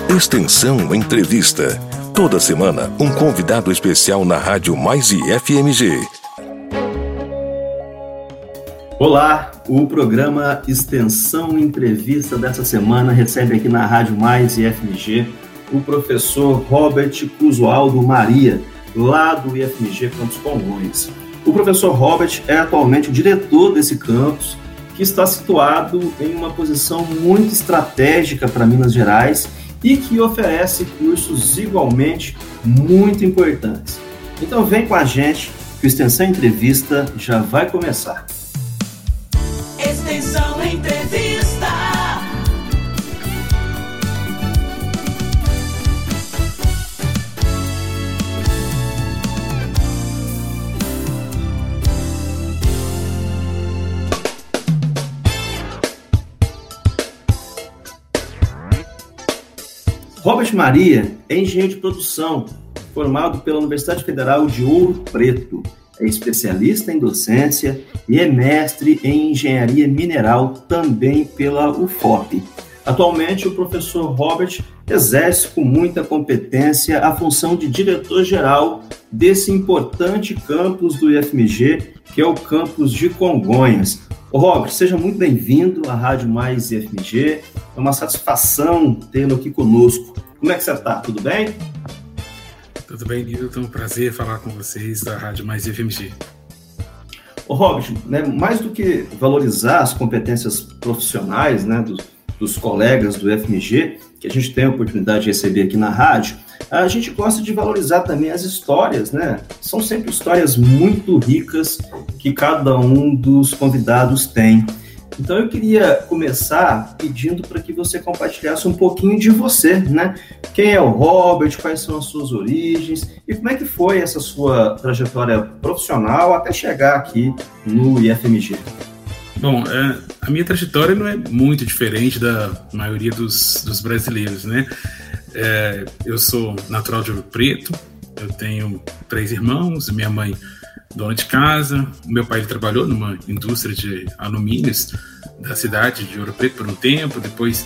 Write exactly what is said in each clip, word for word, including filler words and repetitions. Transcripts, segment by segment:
Extensão Entrevista. Toda semana, um convidado especial na Rádio Mais e F M G. Olá, o programa Extensão Entrevista dessa semana recebe aqui na Rádio Mais e F M G o professor Robert Cruzoaldo Maria, lá do I F M G Campus Congonhas. O professor Robert é atualmente o diretor desse campus, que está situado em uma posição muito estratégica para Minas Gerais e que oferece cursos igualmente muito importantes. Então vem com a gente que o Extensão Entrevista já vai começar. Extensão Entrevista. Robert Maria é engenheiro de produção, formado pela Universidade Federal de Ouro Preto. É especialista em docência e é mestre em engenharia mineral também pela U F O P. Atualmente, o professor Robert exerce com muita competência a função de diretor-geral desse importante campus do I F M G, que é o campus de Congonhas. Ô Robert, seja muito bem-vindo à Rádio Mais e F M G. É uma satisfação tê-lo aqui conosco. Como é que você está? Tudo bem? Tudo bem, Nilton. Prazer falar com vocês da Rádio Mais e F M G. Ô Robert, né, mais do que valorizar as competências profissionais, né, dos, dos colegas do I F M G, que a gente tem a oportunidade de receber aqui na rádio, a gente gosta de valorizar também as histórias, né? São sempre histórias muito ricas que cada um dos convidados tem. Então eu queria começar pedindo para que você compartilhasse um pouquinho de você, né? Quem é o Robert, quais são as suas origens e como é que foi essa sua trajetória profissional até chegar aqui no I F M G? Bom, é, a minha trajetória não é muito diferente da maioria dos, dos brasileiros, né? É, eu sou natural de Ouro Preto, eu tenho três irmãos, minha mãe dona de casa, o meu pai ele trabalhou numa indústria de alumínios da cidade de Ouro Preto por um tempo, depois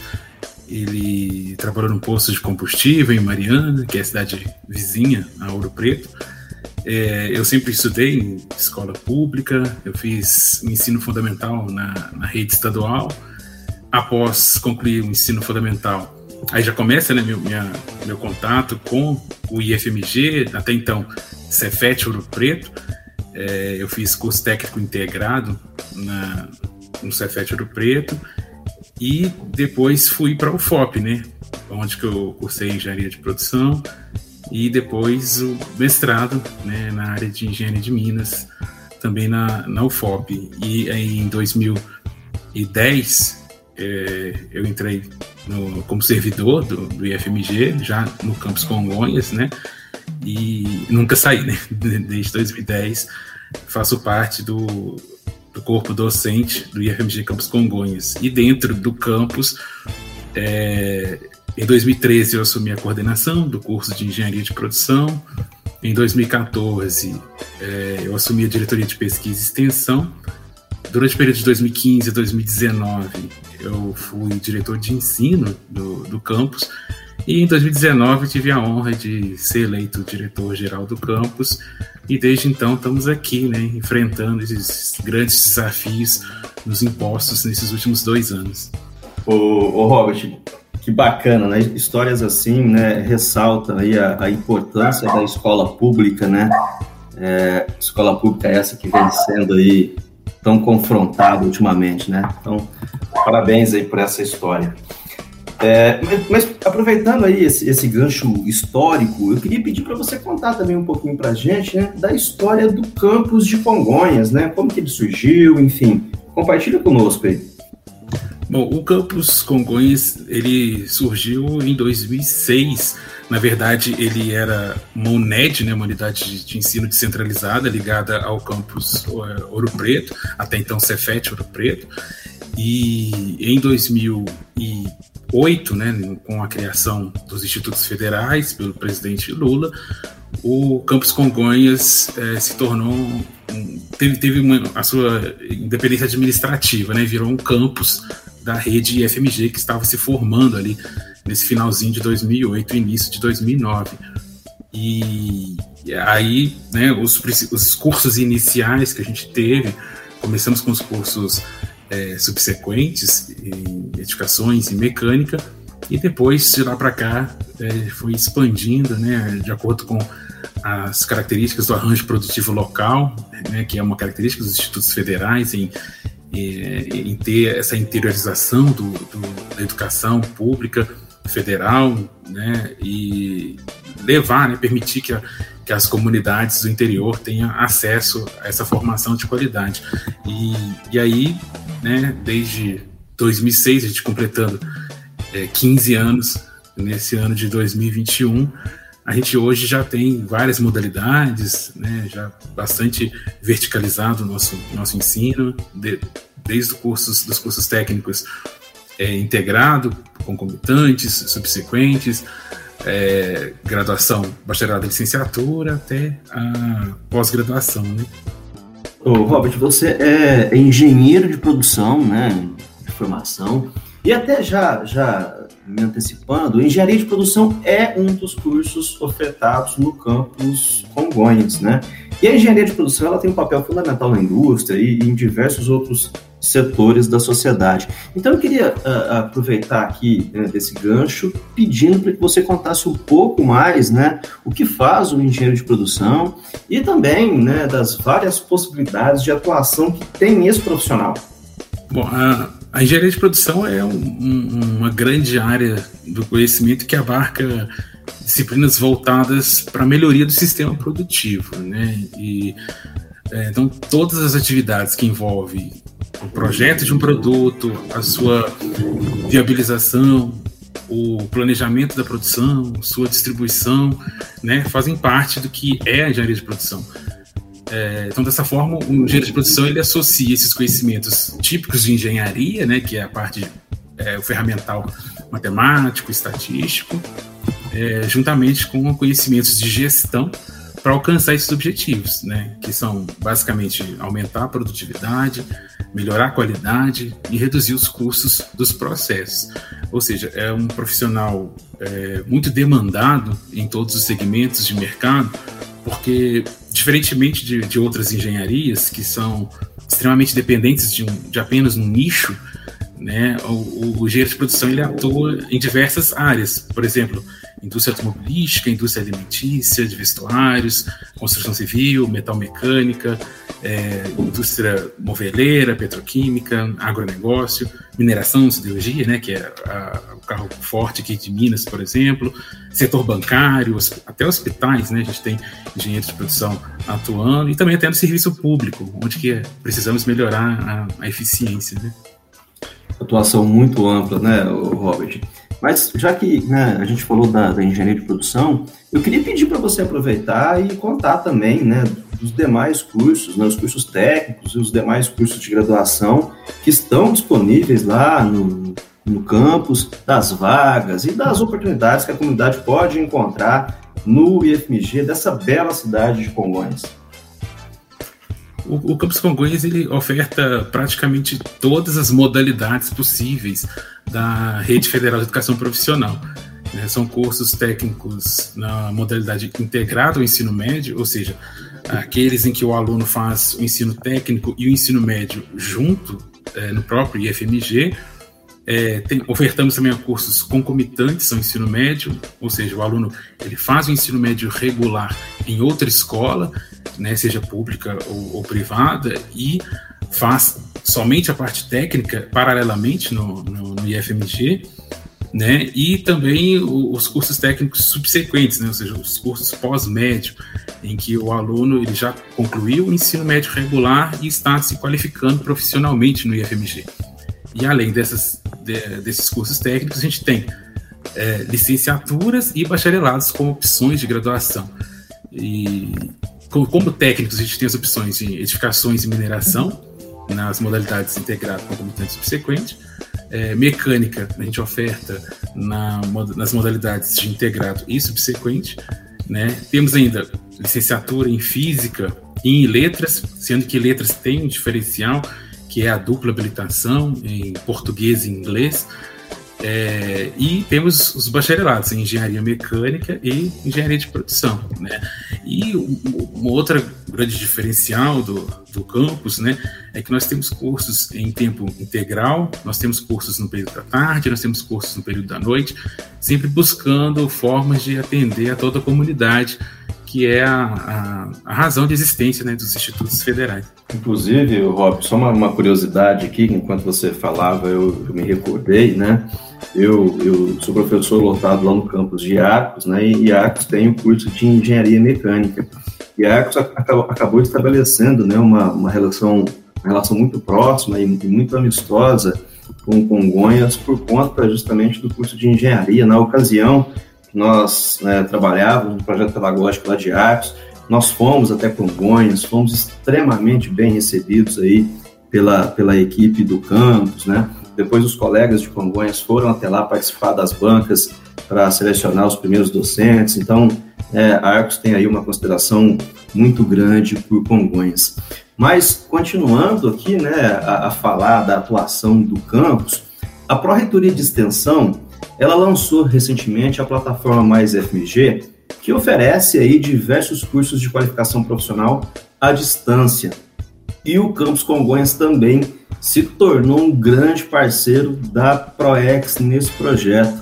ele trabalhou num posto de combustível em Mariana, que é a cidade vizinha a Ouro Preto. É, eu sempre estudei em escola pública, eu fiz o ensino fundamental na, na rede estadual. Após concluir o ensino fundamental, aí já começa, né, meu, minha, meu contato com o I F M G, até então Cefet Ouro Preto. É, eu fiz curso técnico integrado na, no Cefet Ouro Preto e depois fui para o F O P, né, onde que eu cursei engenharia de produção e depois o mestrado, né, na área de engenharia de Minas, também na, na U F O P. E em dois mil e dez é, eu entrei no, como servidor do, do I F M G, já no campus Congonhas, né? E nunca saí, né? Desde dois mil e dez faço parte do, do corpo docente do I F M G Campus Congonhas. E dentro do campus, é, em dois mil e treze eu assumi a coordenação do curso de engenharia de produção. Em dois mil e catorze é, eu assumi a diretoria de pesquisa e extensão. Durante o período de dois mil e quinze a dois mil e dezenove eu fui diretor de ensino do, do campus. E em dois mil e dezenove tive a honra de ser eleito diretor-geral do campus e desde então estamos aqui, né, enfrentando esses grandes desafios nos impostos nesses últimos dois anos. Ô, ô Robert, que bacana, né? Histórias assim, né, ressaltam aí a, a importância da escola pública, né? É, escola pública essa que vem sendo aí tão confrontada ultimamente, né? Então, parabéns aí por essa história. É, mas, mas aproveitando aí esse, esse gancho histórico, eu queria pedir para você contar também um pouquinho para a gente, né, da história do campus de Congonhas, né, como que ele surgiu, enfim, compartilha conosco aí. Bom, o campus Congonhas, ele surgiu em dois mil e seis, na verdade ele era uma UNED, né, uma unidade de, de ensino descentralizada ligada ao campus uh, Ouro Preto, até então Cefet Ouro Preto, e em dois mil e oito, né, com a criação dos institutos federais pelo presidente Lula, o campus Congonhas eh, se tornou um, teve, teve uma, a sua independência administrativa, né, virou um campus da rede I F M G que estava se formando ali nesse finalzinho de dois mil e oito, início de dois mil e nove. E aí, né, os, os cursos iniciais que a gente teve, começamos com os cursos é, subsequentes, em edificações e mecânica, e depois, de lá para cá, é, foi expandindo, né, de acordo com as características do arranjo produtivo local, né, que é uma característica dos institutos federais em, em, em ter essa interiorização do, do, da educação pública federal, né, e levar, né, permitir que, a, que as comunidades do interior tenham acesso a essa formação de qualidade. E, e aí, né, desde dois mil e seis, a gente completando é, quinze anos, nesse ano de dois mil e vinte e um, a gente hoje já tem várias modalidades, né, já bastante verticalizado o nosso, nosso ensino, de, desde os cursos, dos cursos técnicos é, integrado, concomitantes, subsequentes, é, graduação, bacharelado e licenciatura, até a pós-graduação, né? Ô, Robert, você é engenheiro de produção, né, de formação, e até já, já me antecipando, engenharia de produção é um dos cursos ofertados no campus Congonhas, né? E a engenharia de produção ela tem um papel fundamental na indústria e em diversos outros setores da sociedade. Então eu queria uh, aproveitar aqui, né, desse gancho, pedindo para que você contasse um pouco mais, né, o que faz o engenheiro de produção e também, né, das várias possibilidades de atuação que tem esse profissional. Bom, a, a engenharia de produção é um, um, uma grande área do conhecimento que abarca disciplinas voltadas para a melhoria do sistema produtivo, né? E, é, então, todas as atividades que envolvem o projeto de um produto, a sua viabilização, o planejamento da produção, sua distribuição, né, fazem parte do que é a engenharia de produção. É, então, dessa forma, o engenheiro de produção ele associa esses conhecimentos típicos de engenharia, né, que é a parte, é, o ferramental matemático, estatístico, é, juntamente com conhecimentos de gestão para alcançar esses objetivos, né, que são basicamente aumentar a produtividade, melhorar a qualidade e reduzir os custos dos processos. Ou seja, é um profissional é, muito demandado em todos os segmentos de mercado, porque, diferentemente de, de outras engenharias que são extremamente dependentes de, um, de apenas um nicho, né, o, o engenheiro de produção ele atua em diversas áreas. Por exemplo, indústria automobilística, indústria alimentícia, de vestuários, construção civil, metalmecânica, é, indústria moveleira, petroquímica, agronegócio, mineração, siderurgia, né, que é a, o carro forte aqui de Minas, por exemplo, setor bancário, até hospitais, né, a gente tem engenheiros de produção atuando, e também até no serviço público, onde que precisamos melhorar a, a eficiência, né. Atuação muito ampla, né, Robert? Mas já que, né, a gente falou da, da engenharia de produção, eu queria pedir para você aproveitar e contar também, né, dos demais cursos, né, os cursos técnicos e os demais cursos de graduação que estão disponíveis lá no, no campus, das vagas e das oportunidades que a comunidade pode encontrar no I F M G dessa bela cidade de Congonhas. O, o Campus Congonhas ele oferta praticamente todas as modalidades possíveis da Rede Federal de Educação Profissional. Né? São cursos técnicos na modalidade integrada ao ensino médio, ou seja, aqueles em que o aluno faz o ensino técnico e o ensino médio junto é, no próprio I F M G. É, tem, ofertamos também cursos concomitantes ao ensino médio, ou seja, o aluno ele faz o ensino médio regular em outra escola, né, seja pública ou, ou privada, e faz somente a parte técnica paralelamente no, no, no I F M G, né, e também o, os cursos técnicos subsequentes, né, ou seja, os cursos pós-médio, em que o aluno ele já concluiu o ensino médio regular e está se qualificando profissionalmente no I F M G. E além dessas, de, desses cursos técnicos, a gente tem é, licenciaturas e bacharelados como opções de graduação. E como, como técnicos, a gente tem as opções de edificações e mineração, nas modalidades integrado, concomitante e subsequente. É, mecânica, a gente oferta na, nas modalidades de integrado e subsequente. Né? Temos ainda licenciatura em física e em letras, sendo que letras tem um diferencial, que é a dupla habilitação em português e inglês. É, e temos os bacharelados em engenharia mecânica e engenharia de produção, né? E uma outra grande diferencial do, do campus, né, é que nós temos cursos em tempo integral, nós temos cursos no período da tarde, nós temos cursos no período da noite, sempre buscando formas de atender a toda a comunidade, que é a, a, a razão de existência, né, dos institutos federais. Inclusive, Rob, só uma, uma curiosidade aqui, enquanto você falava, eu, eu me recordei, né? Eu, eu sou professor lotado lá no campus de Arcos, né? E Arcos tem o curso de engenharia mecânica. E Arcos acabou, acabou estabelecendo, né, uma, uma, relação, uma relação muito próxima e, e muito amistosa com Congonhas por conta justamente do curso de engenharia. Na ocasião, nós, né, trabalhávamos no projeto pedagógico lá de Arcos, nós fomos até Congonhas, fomos extremamente bem recebidos aí pela, pela equipe do campus, né? Depois os colegas de Congonhas foram até lá participar das bancas para selecionar os primeiros docentes. Então, é, a Arcos tem aí uma consideração muito grande por Congonhas. Mas, continuando aqui, né, a, a falar da atuação do campus, a Pró-Reitoria de Extensão, ela lançou recentemente a plataforma Mais F M G, que oferece aí diversos cursos de qualificação profissional à distância. E o campus Congonhas também se tornou um grande parceiro da ProEx nesse projeto.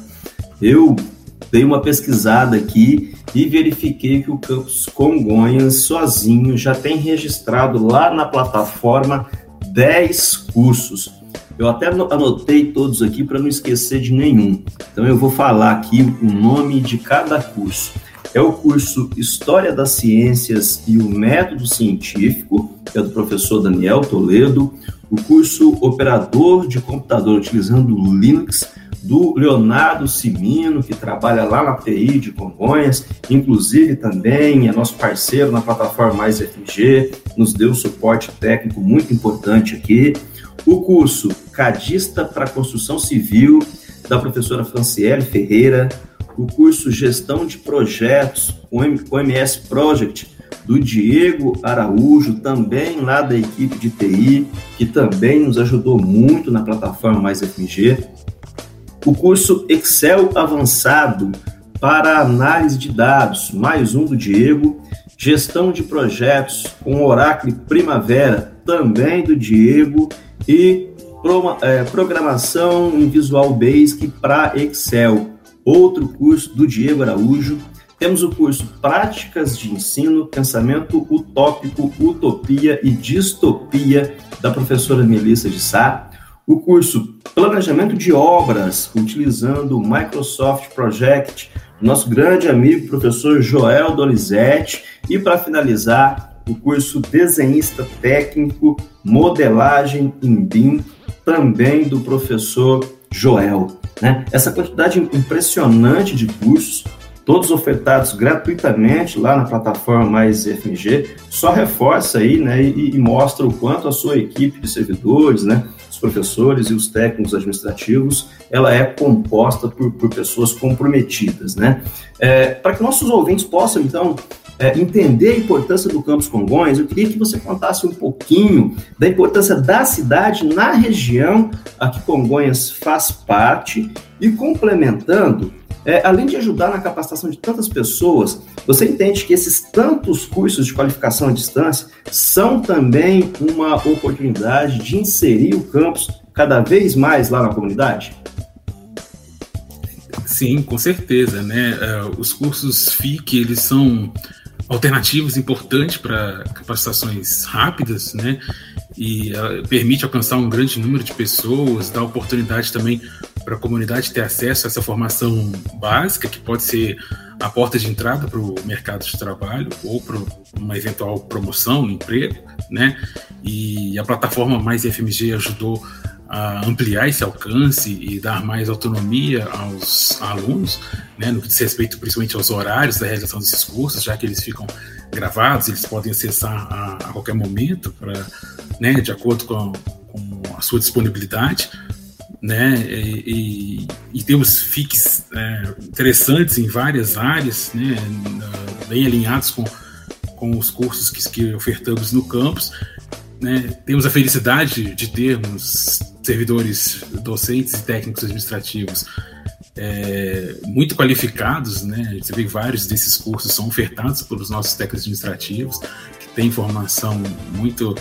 Eu dei uma pesquisada aqui e verifiquei que o campus Congonhas sozinho já tem registrado lá na plataforma dez cursos. Eu até anotei todos aqui para não esquecer de nenhum. Então eu vou falar aqui o nome de cada curso. É o curso História das Ciências e o Método Científico, que é do professor Daniel Toledo. O curso Operador de Computador utilizando o Linux, do Leonardo Cimino, que trabalha lá na T I de Congonhas, inclusive também é nosso parceiro na plataforma Mais F M G, nos deu um suporte técnico muito importante aqui. O curso Cadista para Construção Civil, da professora Franciele Ferreira. O curso Gestão de Projetos, o M S Project, do Diego Araújo, também lá da equipe de T I, que também nos ajudou muito na plataforma Mais F M G. O curso Excel Avançado para Análise de Dados, mais um do Diego. Gestão de Projetos com Oracle Primavera, também do Diego. E pro, é, Programação em Visual Basic para Excel, outro curso do Diego Araújo. Temos o curso Práticas de Ensino, Pensamento Utópico, Utopia e Distopia, da professora Melissa de Sá. O curso Planejamento de Obras, utilizando o Microsoft Project, nosso grande amigo professor Joel Donizete. E para finalizar, o curso Desenhista Técnico, Modelagem em B I M, também do professor Joel. Né? Essa quantidade impressionante de cursos, todos ofertados gratuitamente lá na plataforma Mais F M G, só reforça aí, né, e, e mostra o quanto a sua equipe de servidores, né, os professores e os técnicos administrativos, ela é composta por, por pessoas comprometidas, né? É, para que nossos ouvintes possam, então, é, entender a importância do campus Congonhas, eu queria que você contasse um pouquinho da importância da cidade na região a que Congonhas faz parte e, complementando, É, além de ajudar na capacitação de tantas pessoas, você entende que esses tantos cursos de qualificação à distância são também uma oportunidade de inserir o campus cada vez mais lá na comunidade? Sim, com certeza, né? Uh, os cursos F I C, eles são alternativas importantes para capacitações rápidas, né? E uh, permite alcançar um grande número de pessoas, dá oportunidade também para a comunidade ter acesso a essa formação básica, que pode ser a porta de entrada para o mercado de trabalho ou para uma eventual promoção no emprego, né? E a plataforma Mais F M G ajudou a ampliar esse alcance e dar mais autonomia aos alunos, né, no que diz respeito principalmente aos horários da realização desses cursos, já que eles ficam gravados, eles podem acessar a, a qualquer momento, pra, né, de acordo com, com a sua disponibilidade, né, e, e, e temos F I Cs é, interessantes em várias áreas, né, bem alinhados com, com os cursos que, que ofertamos no campus. né, temos a felicidade de termos servidores docentes e técnicos administrativos é, muito qualificados, né? Você vê que vários desses cursos são ofertados pelos nossos técnicos administrativos, que têm formação muito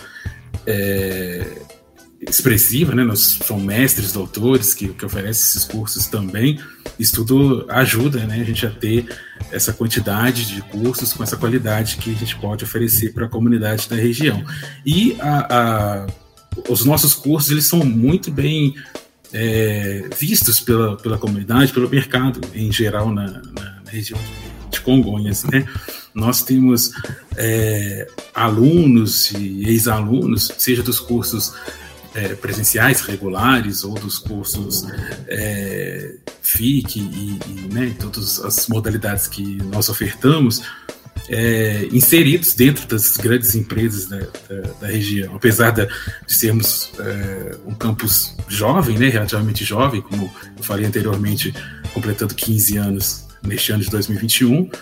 é, expressiva, né? Nós, são mestres, doutores que, que oferecem esses cursos também. Isso tudo ajuda, né, a gente a ter essa quantidade de cursos com essa qualidade que a gente pode oferecer para a comunidade da região. E a, a, os nossos cursos, eles são muito bem é, vistos pela, pela comunidade, pelo mercado em geral na, na, na região de Congonhas, né? Nós temos é, alunos e ex-alunos, seja dos cursos É, presenciais regulares ou dos cursos é, F I C e, e né, todas as modalidades que nós ofertamos, é, inseridos dentro das grandes empresas da, da, da região. Apesar de, de sermos é, um campus jovem, né, relativamente jovem, como eu falei anteriormente, completando quinze anos neste ano de dois mil e vinte e um,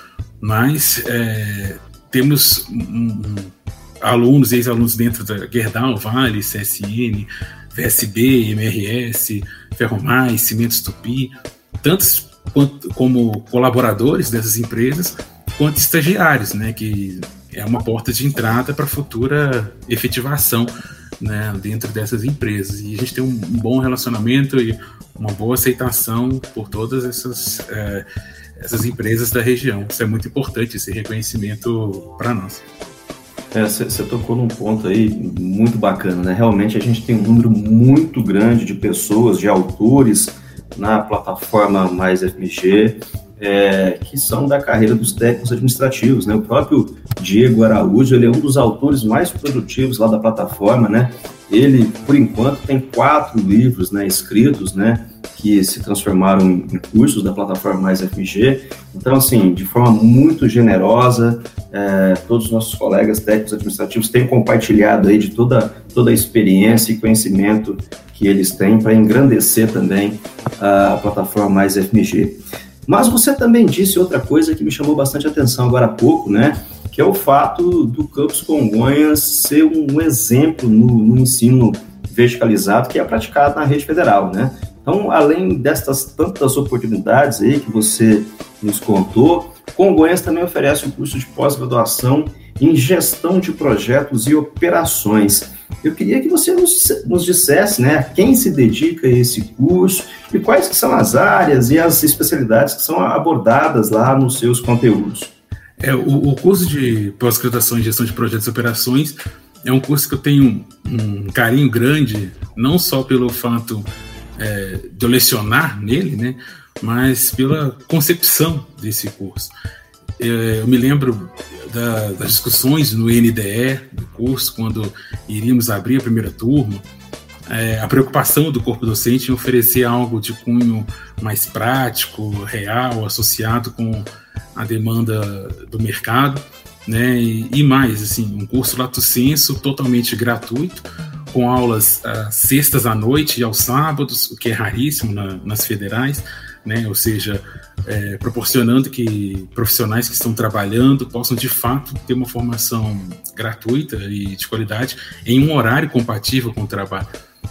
mas é, temos um, um alunos e ex-alunos dentro da Gerdau, Vale, C S N, V S B, M R S, Ferromais, Cimentos Tupi, tantos quanto, como colaboradores dessas empresas, quanto estagiários, né, que é uma porta de entrada para futura efetivação, né, dentro dessas empresas. E a gente tem um, um bom relacionamento e uma boa aceitação por todas essas, é, essas empresas da região. Isso é muito importante, esse reconhecimento para nós. Você é, tocou num ponto aí muito bacana, né? Realmente a gente tem um número muito grande de pessoas, de autores na plataforma Mais F M G, é, que são da carreira dos técnicos administrativos, né? O próprio Diego Araújo, ele é um dos autores mais produtivos lá da plataforma, né? Ele, por enquanto, tem quatro livros, né, escritos, né, que se transformaram em cursos da plataforma Mais F M G. Então, assim, de forma muito generosa, é, todos os nossos colegas técnicos administrativos têm compartilhado aí de toda, toda a experiência e conhecimento que eles têm para engrandecer também a plataforma Mais F M G. Mas você também disse outra coisa que me chamou bastante atenção agora há pouco, né, que é o fato do Campus Congonhas ser um exemplo no, no ensino verticalizado que é praticado na rede federal, né? Então, além destas tantas oportunidades aí que você nos contou, Congonhas também oferece um curso de pós-graduação em gestão de projetos e operações. Eu queria que você nos, nos dissesse, né, a quem se dedica a esse curso e quais que são as áreas e as especialidades que são abordadas lá nos seus conteúdos. É, o, o curso de pós-graduação em gestão de projetos e operações é um curso que eu tenho um, um carinho grande, não só pelo fato é, de eu lecionar nele, né, mas pela concepção desse curso. É, eu me lembro da, das discussões no N D E do curso, quando iríamos abrir a primeira turma, é, a preocupação do corpo docente em oferecer algo de cunho mais prático, real, associado com a demanda do mercado, né, e, e mais, assim, um curso lato sensu totalmente gratuito, com aulas às sextas à noite e aos sábados, o que é raríssimo na, nas federais, né, ou seja, é, proporcionando que profissionais que estão trabalhando possam de fato ter uma formação gratuita e de qualidade em um horário compatível com o trabalho.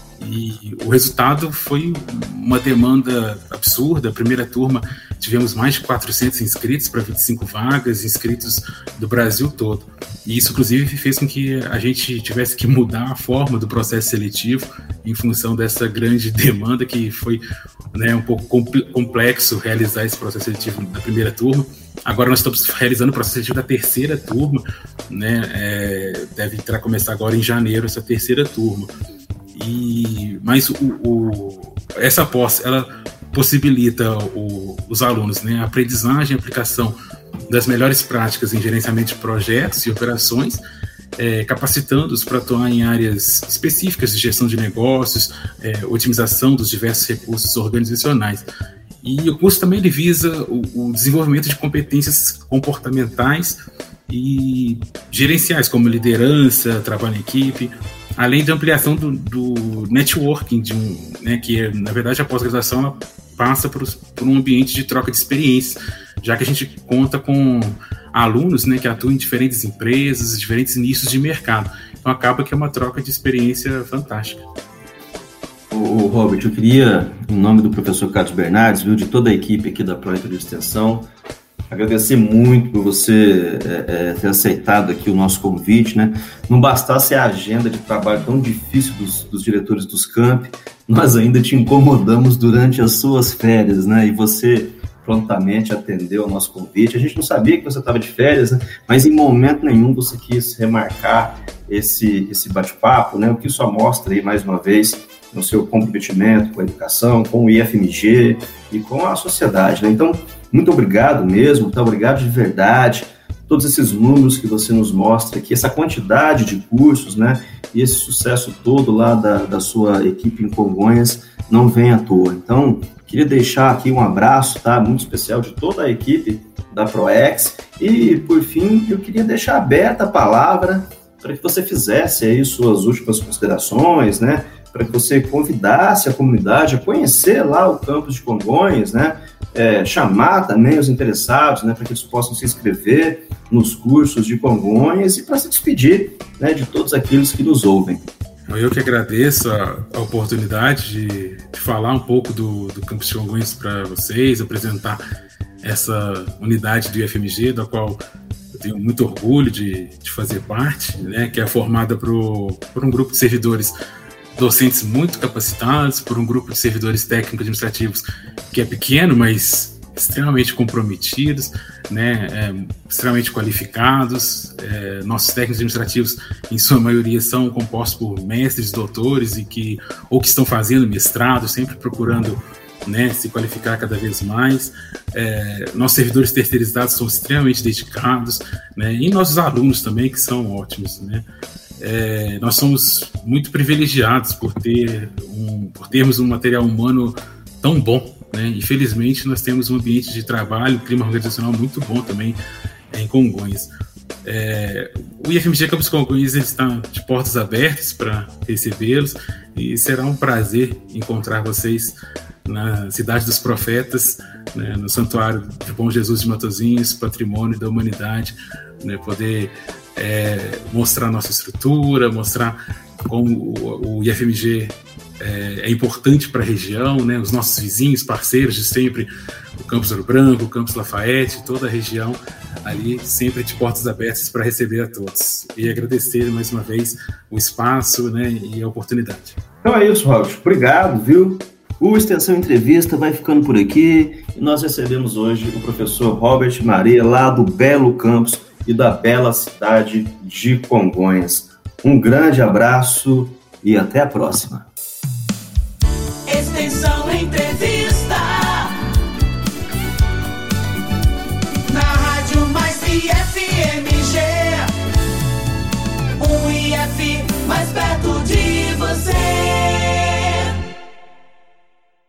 E o resultado foi uma demanda absurda. A primeira turma tivemos mais de quatrocentos inscritos para vinte e cinco vagas, inscritos do Brasil todo. E isso, inclusive, fez com que a gente tivesse que mudar a forma do processo seletivo em função dessa grande demanda, que foi, né, um pouco complexo realizar esse processo seletivo da primeira turma. Agora nós estamos realizando o processo seletivo da terceira turma, né? É, deve entrar, começar agora em janeiro essa terceira turma. E, mas o, o, essa pós, ela possibilita o, os alunos, né, a aprendizagem e aplicação das melhores práticas em gerenciamento de projetos e operações, é, capacitando-os para atuar em áreas específicas de gestão de negócios, é, otimização dos diversos recursos organizacionais. E o curso também ele visa o, o desenvolvimento de competências comportamentais e gerenciais, como liderança, trabalho em equipe, além de ampliação do, do networking, de um, né, que é, na verdade a pós-graduação ela passa por, por um ambiente de troca de experiências, já que a gente conta com alunos, né, que atuam em diferentes empresas, diferentes nichos de mercado. Então acaba que é uma troca de experiência fantástica. O Robert, eu queria, em nome do professor Carlos Bernardes, viu, de toda a equipe aqui da Proentre de Extensão, agradecer muito por você é, é, ter aceitado aqui o nosso convite, né? Não bastasse a agenda de trabalho tão difícil dos, dos diretores dos campi, nós ainda te incomodamos durante as suas férias, né? E você prontamente atendeu ao nosso convite. A gente não sabia que você estava de férias, né? Mas em momento nenhum você quis remarcar esse, esse bate-papo, né? O que só mostra aí, mais uma vez, no seu comprometimento com a educação, com o I F M G e com a sociedade, né? Então, muito obrigado mesmo, muito obrigado de verdade. Todos esses números que você nos mostra aqui, essa quantidade de cursos, né? E esse sucesso todo lá da, da sua equipe em Congonhas não vem à toa. Então, queria deixar aqui um abraço, tá? Muito especial de toda a equipe da Proex. E, por fim, eu queria deixar aberta a palavra para que você fizesse aí suas últimas considerações, né? Para que você convidasse a comunidade a conhecer lá o campus de Congonhas, né? É, chamar também os interessados, né, para que eles possam se inscrever nos cursos de Congonhas e para se despedir, né, de todos aqueles que nos ouvem. Eu que agradeço a, a oportunidade de, de falar um pouco do, do campus de Congonhas para vocês, apresentar essa unidade do I F M G, da qual eu tenho muito orgulho de, de fazer parte, né, que é formada por, por um grupo de servidores docentes muito capacitados, por um grupo de servidores técnico-administrativos que é pequeno, mas extremamente comprometidos, né, é, extremamente qualificados. É, nossos técnicos administrativos, em sua maioria, são compostos por mestres, doutores, e que, ou que estão fazendo mestrado, sempre procurando, né, se qualificar cada vez mais. É, nossos servidores terceirizados são extremamente dedicados, né, e nossos alunos também, que são ótimos, né. É, nós somos muito privilegiados por, ter um, por termos um material humano tão bom, né? Infelizmente, nós temos um ambiente de trabalho, um clima organizacional muito bom também é, em Congonhas. É, o I F M G Campus Congonhas ele está de portas abertas para recebê-los e será um prazer encontrar vocês na Cidade dos Profetas, né, no Santuário de Bom Jesus de Matosinhos, Patrimônio da Humanidade, né, poder é, mostrar nossa estrutura, mostrar como o, o I F M G é, é importante para a região, né, os nossos vizinhos, parceiros de sempre, o Campus Ouro Branco, o Campus Lafayette, toda a região ali sempre de portas abertas para receber a todos. E agradecer mais uma vez o espaço, né, e a oportunidade. Então é isso, Robert. Obrigado, viu? O Extensão Entrevista vai ficando por aqui e nós recebemos hoje o professor Robert Maria, lá do belo campus e da bela cidade de Congonhas. Um grande abraço e até a próxima.